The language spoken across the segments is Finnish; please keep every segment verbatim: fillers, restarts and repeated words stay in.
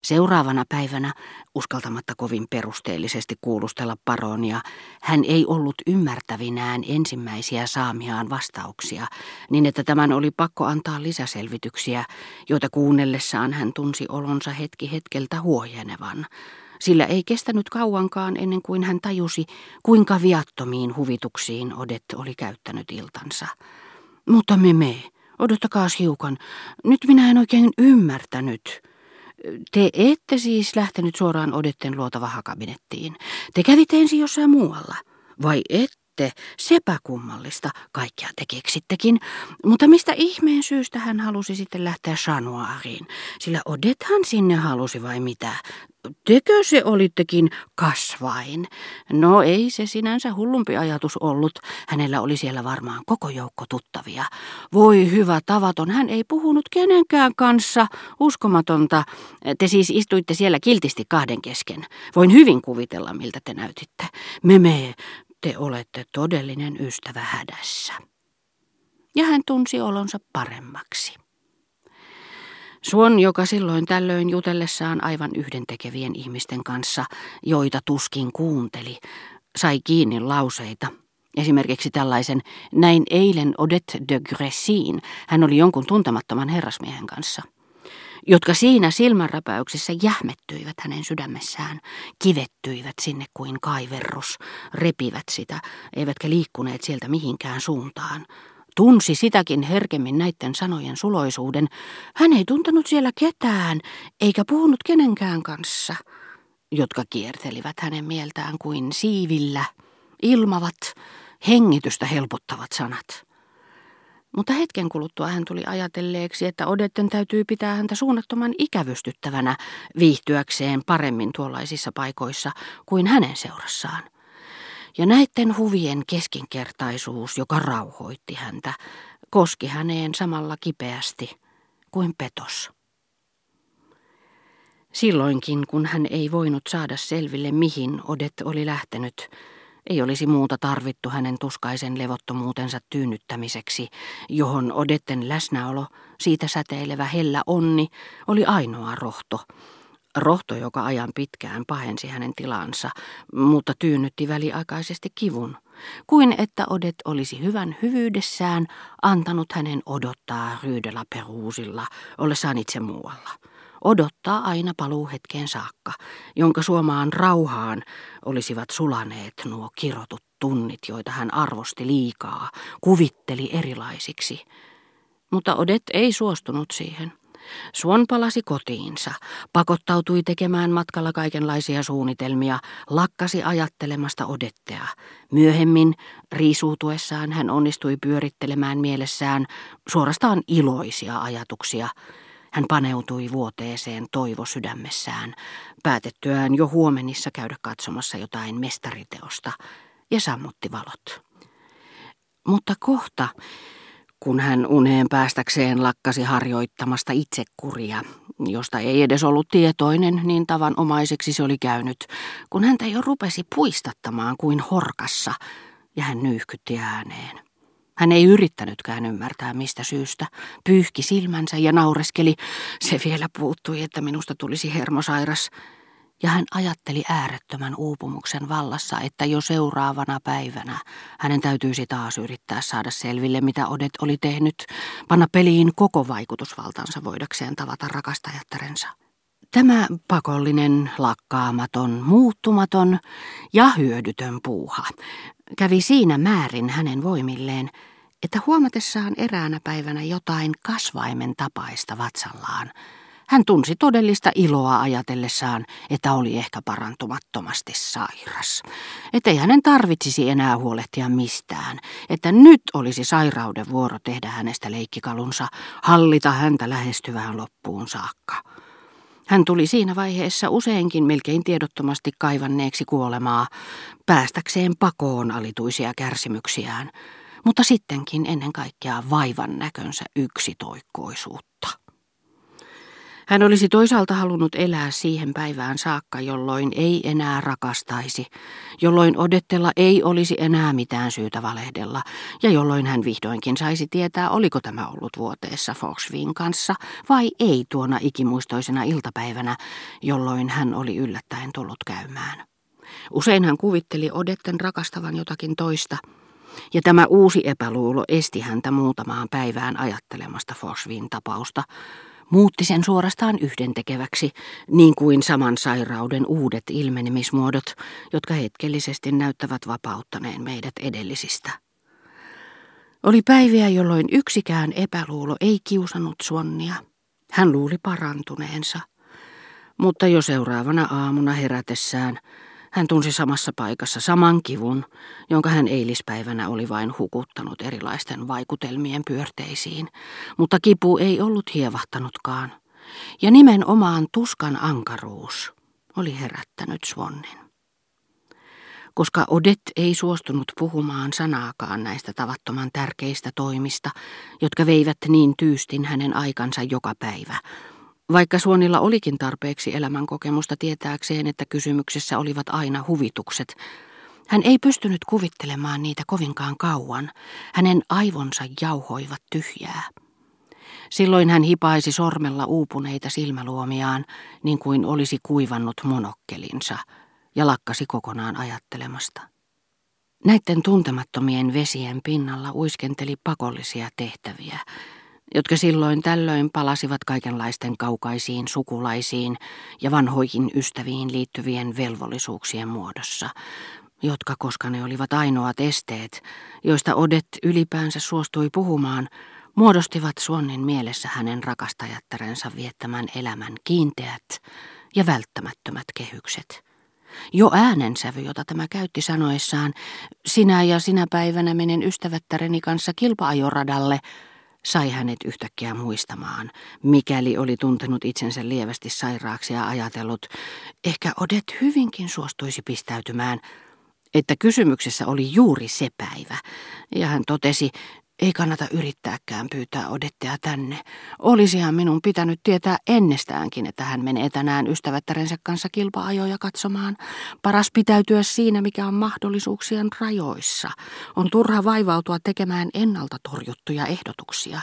Seuraavana päivänä, uskaltamatta kovin perusteellisesti kuulustella paronia, hän ei ollut ymmärtävinään ensimmäisiä saamiaan vastauksia, niin että tämän oli pakko antaa lisäselvityksiä, joita kuunnellessaan hän tunsi olonsa hetki hetkeltä huojenevan. Sillä ei kestänyt kauankaan ennen kuin hän tajusi, kuinka viattomiin huvituksiin Odette oli käyttänyt iltansa. Mutta Meme, odottakaas hiukan, nyt minä en oikein ymmärtänyt. Te ette siis lähtenyt suoraan Odetten luota vahakabinettiin. Te kävitte ensin jossain muualla. Vai ette? Sepä kummallista. Kaikkea te keksittekin. Mutta mistä ihmeen syystä hän halusi sitten lähteä Chat Noiriin? Sillä Odettehan sinne halusi vai mitä? Tekö se olittekin kasvain? No ei se sinänsä hullumpi ajatus ollut. Hänellä oli siellä varmaan koko joukko tuttavia. Voi hyvä tavaton, hän ei puhunut kenenkään kanssa. Uskomatonta. Te siis istuitte siellä kiltisti kahden kesken. Voin hyvin kuvitella, miltä te näytitte. Meme, te olette todellinen ystävä hädässä. Ja hän tunsi olonsa paremmaksi. Suon, joka silloin tällöin jutellessaan aivan yhdentekevien ihmisten kanssa, joita tuskin kuunteli, sai kiinni lauseita. Esimerkiksi tällaisen, näin eilen Odette de Grécyn, hän oli jonkun tuntemattoman herrasmiehen kanssa, jotka siinä silmänräpäyksessä jähmettyivät hänen sydämessään, kivettyivät sinne kuin kaiverrus, repivät sitä, eivätkä liikkuneet sieltä mihinkään suuntaan. Tunsi sitäkin herkemmin näiden sanojen suloisuuden. Hän ei tuntenut siellä ketään, eikä puhunut kenenkään kanssa, jotka kiertelivät hänen mieltään kuin siivillä, ilmavat, hengitystä helpottavat sanat. Mutta hetken kuluttua hän tuli ajatelleeksi, että Odetten täytyy pitää häntä suunnattoman ikävystyttävänä viihtyäkseen paremmin tuollaisissa paikoissa kuin hänen seurassaan. Ja näiden huvien keskinkertaisuus, joka rauhoitti häntä, koski häneen samalla kipeästi kuin petos. Silloinkin, kun hän ei voinut saada selville, mihin Odette oli lähtenyt, ei olisi muuta tarvittu hänen tuskaisen levottomuutensa tyynnyttämiseksi, johon Odetten läsnäolo, siitä säteilevä hellä onni, oli ainoa rohto. Rohto, joka ajan pitkään pahensi hänen tilansa, mutta tyynnytti väliaikaisesti kivun, kuin että Odette olisi hyvän hyvyydessään antanut hänen odottaa Rue de la Pérousella, ollessaan itse muualla. Odottaa aina paluuhetkeen saakka, jonka suomaan rauhaan olisivat sulaneet nuo kirotut tunnit, joita hän arvosti liikaa, kuvitteli erilaisiksi. Mutta Odette ei suostunut siihen. Suon palasi kotiinsa, pakottautui tekemään matkalla kaikenlaisia suunnitelmia, lakkasi ajattelemasta Odettea. Myöhemmin, riisuutuessaan, hän onnistui pyörittelemään mielessään suorastaan iloisia ajatuksia. Hän paneutui vuoteeseen toivo sydämessään, päätettyään jo huomenissa käydä katsomassa jotain mestariteosta, ja sammutti valot. Mutta kohta, kun hän uneen päästäkseen lakkasi harjoittamasta itsekuria, josta ei edes ollut tietoinen, niin tavanomaiseksi se oli käynyt, kun häntä jo rupesi puistattamaan kuin horkassa, ja hän nyyhkytti ääneen. Hän ei yrittänytkään ymmärtää mistä syystä, pyyhki silmänsä ja naureskeli, se vielä puuttui, että minusta tulisi hermosairas. Ja hän ajatteli äärettömän uupumuksen vallassa, että jo seuraavana päivänä hänen täytyisi taas yrittää saada selville, mitä Odette oli tehnyt, panna peliin koko vaikutusvaltansa voidakseen tavata rakastajattarensa. Tämä pakollinen, lakkaamaton, muuttumaton ja hyödytön puuha kävi siinä määrin hänen voimilleen, että huomatessaan eräänä päivänä jotain kasvaimen tapaista vatsallaan, hän tunsi todellista iloa ajatellessaan, että oli ehkä parantumattomasti sairas. Ettei hänen tarvitsisi enää huolehtia mistään, että nyt olisi sairauden vuoro tehdä hänestä leikkikalunsa, hallita häntä lähestyvään loppuun saakka. Hän tuli siinä vaiheessa useinkin melkein tiedottomasti kaivanneeksi kuolemaa, päästäkseen pakoon alituisia kärsimyksiään, mutta sittenkin ennen kaikkea vaivan näkönsä yksitoikkoisuutta. Hän olisi toisaalta halunnut elää siihen päivään saakka, jolloin ei enää rakastaisi, jolloin Odettella ei olisi enää mitään syytä valehdella, ja jolloin hän vihdoinkin saisi tietää, oliko tämä ollut vuoteessa Forsvin kanssa vai ei tuona ikimuistoisena iltapäivänä, jolloin hän oli yllättäen tullut käymään. Usein hän kuvitteli Odetten rakastavan jotakin toista, ja tämä uusi epäluulo esti häntä muutamaan päivään ajattelemasta Forsvin tapausta, muutti sen suorastaan yhdentekeväksi, niin kuin saman sairauden uudet ilmenemismuodot, jotka hetkellisesti näyttävät vapauttaneen meidät edellisistä. Oli päiviä, jolloin yksikään epäluulo ei kiusannut Swannia. Hän luuli parantuneensa, mutta jo seuraavana aamuna herätessään hän tunsi samassa paikassa saman kivun, jonka hän eilispäivänä oli vain hukuttanut erilaisten vaikutelmien pyörteisiin, mutta kipu ei ollut hievahtanutkaan, ja nimenomaan tuskan ankaruus oli herättänyt Swannin. Koska Odette ei suostunut puhumaan sanaakaan näistä tavattoman tärkeistä toimista, jotka veivät niin tyystin hänen aikansa joka päivä, vaikka Swannilla olikin tarpeeksi elämänkokemusta tietääkseen, että kysymyksessä olivat aina huvitukset, hän ei pystynyt kuvittelemaan niitä kovinkaan kauan. Hänen aivonsa jauhoivat tyhjää. Silloin hän hipaisi sormella uupuneita silmäluomiaan, niin kuin olisi kuivannut monokkelinsa, ja lakkasi kokonaan ajattelemasta. Näiden tuntemattomien vesien pinnalla uiskenteli pakollisia tehtäviä, jotka silloin tällöin palasivat kaikenlaisten kaukaisiin sukulaisiin ja vanhoihin ystäviin liittyvien velvollisuuksien muodossa, jotka, koska ne olivat ainoat esteet, joista Odette ylipäänsä suostui puhumaan, muodostivat Swannin mielessä hänen rakastajattarensa viettämän elämän kiinteät ja välttämättömät kehykset. Jo äänensävy, jota tämä käytti sanoessaan, sinä ja sinä päivänä menen ystävättäreni kanssa kilpa-ajoradalle, sai hänet yhtäkkiä muistamaan, mikäli oli tuntenut itsensä lievästi sairaaksi ja ajatellut, ehkä Odette hyvinkin suostuisi pistäytymään, että kysymyksessä oli juuri se päivä, ja hän totesi, ei kannata yrittääkään pyytää Odettea tänne. Olisihan minun pitänyt tietää ennestäänkin, että hän menee tänään ystävättärensä kanssa kilpa-ajoja katsomaan. Paras pitäytyä siinä, mikä on mahdollisuuksien rajoissa. On turha vaivautua tekemään ennalta torjuttuja ehdotuksia.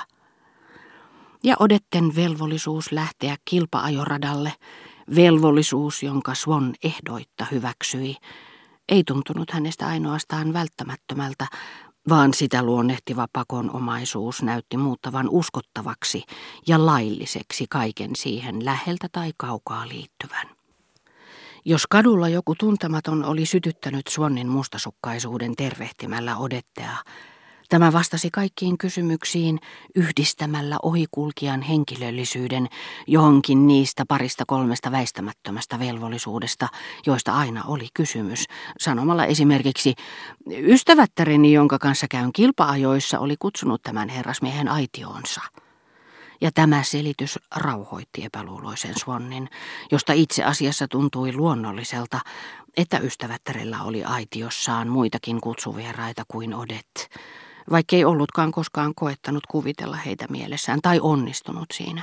Ja Odetten velvollisuus lähteä kilpa-ajoradalle, velvollisuus, jonka Swan ehdoitta hyväksyi, ei tuntunut hänestä ainoastaan välttämättömältä, vaan sitä luonnehtiva pakonomaisuus näytti muuttavan uskottavaksi ja lailliseksi kaiken siihen läheltä tai kaukaa liittyvän. Jos kadulla joku tuntematon oli sytyttänyt Swannin mustasukkaisuuden tervehtimällä Odettea, tämä vastasi kaikkiin kysymyksiin yhdistämällä ohikulkijan henkilöllisyyden johonkin niistä parista kolmesta väistämättömästä velvollisuudesta, joista aina oli kysymys, sanomalla esimerkiksi, ystävättäreni, jonka kanssa käyn kilpa-ajoissa, oli kutsunut tämän herrasmiehen aitioonsa. Ja tämä selitys rauhoitti epäluuloisen Swannin, josta itse asiassa tuntui luonnolliselta, että ystävättärellä oli aitiossaan muitakin kutsuvieraita kuin Odette, vaikkei ollutkaan koskaan koettanut kuvitella heitä mielessään tai onnistunut siinä.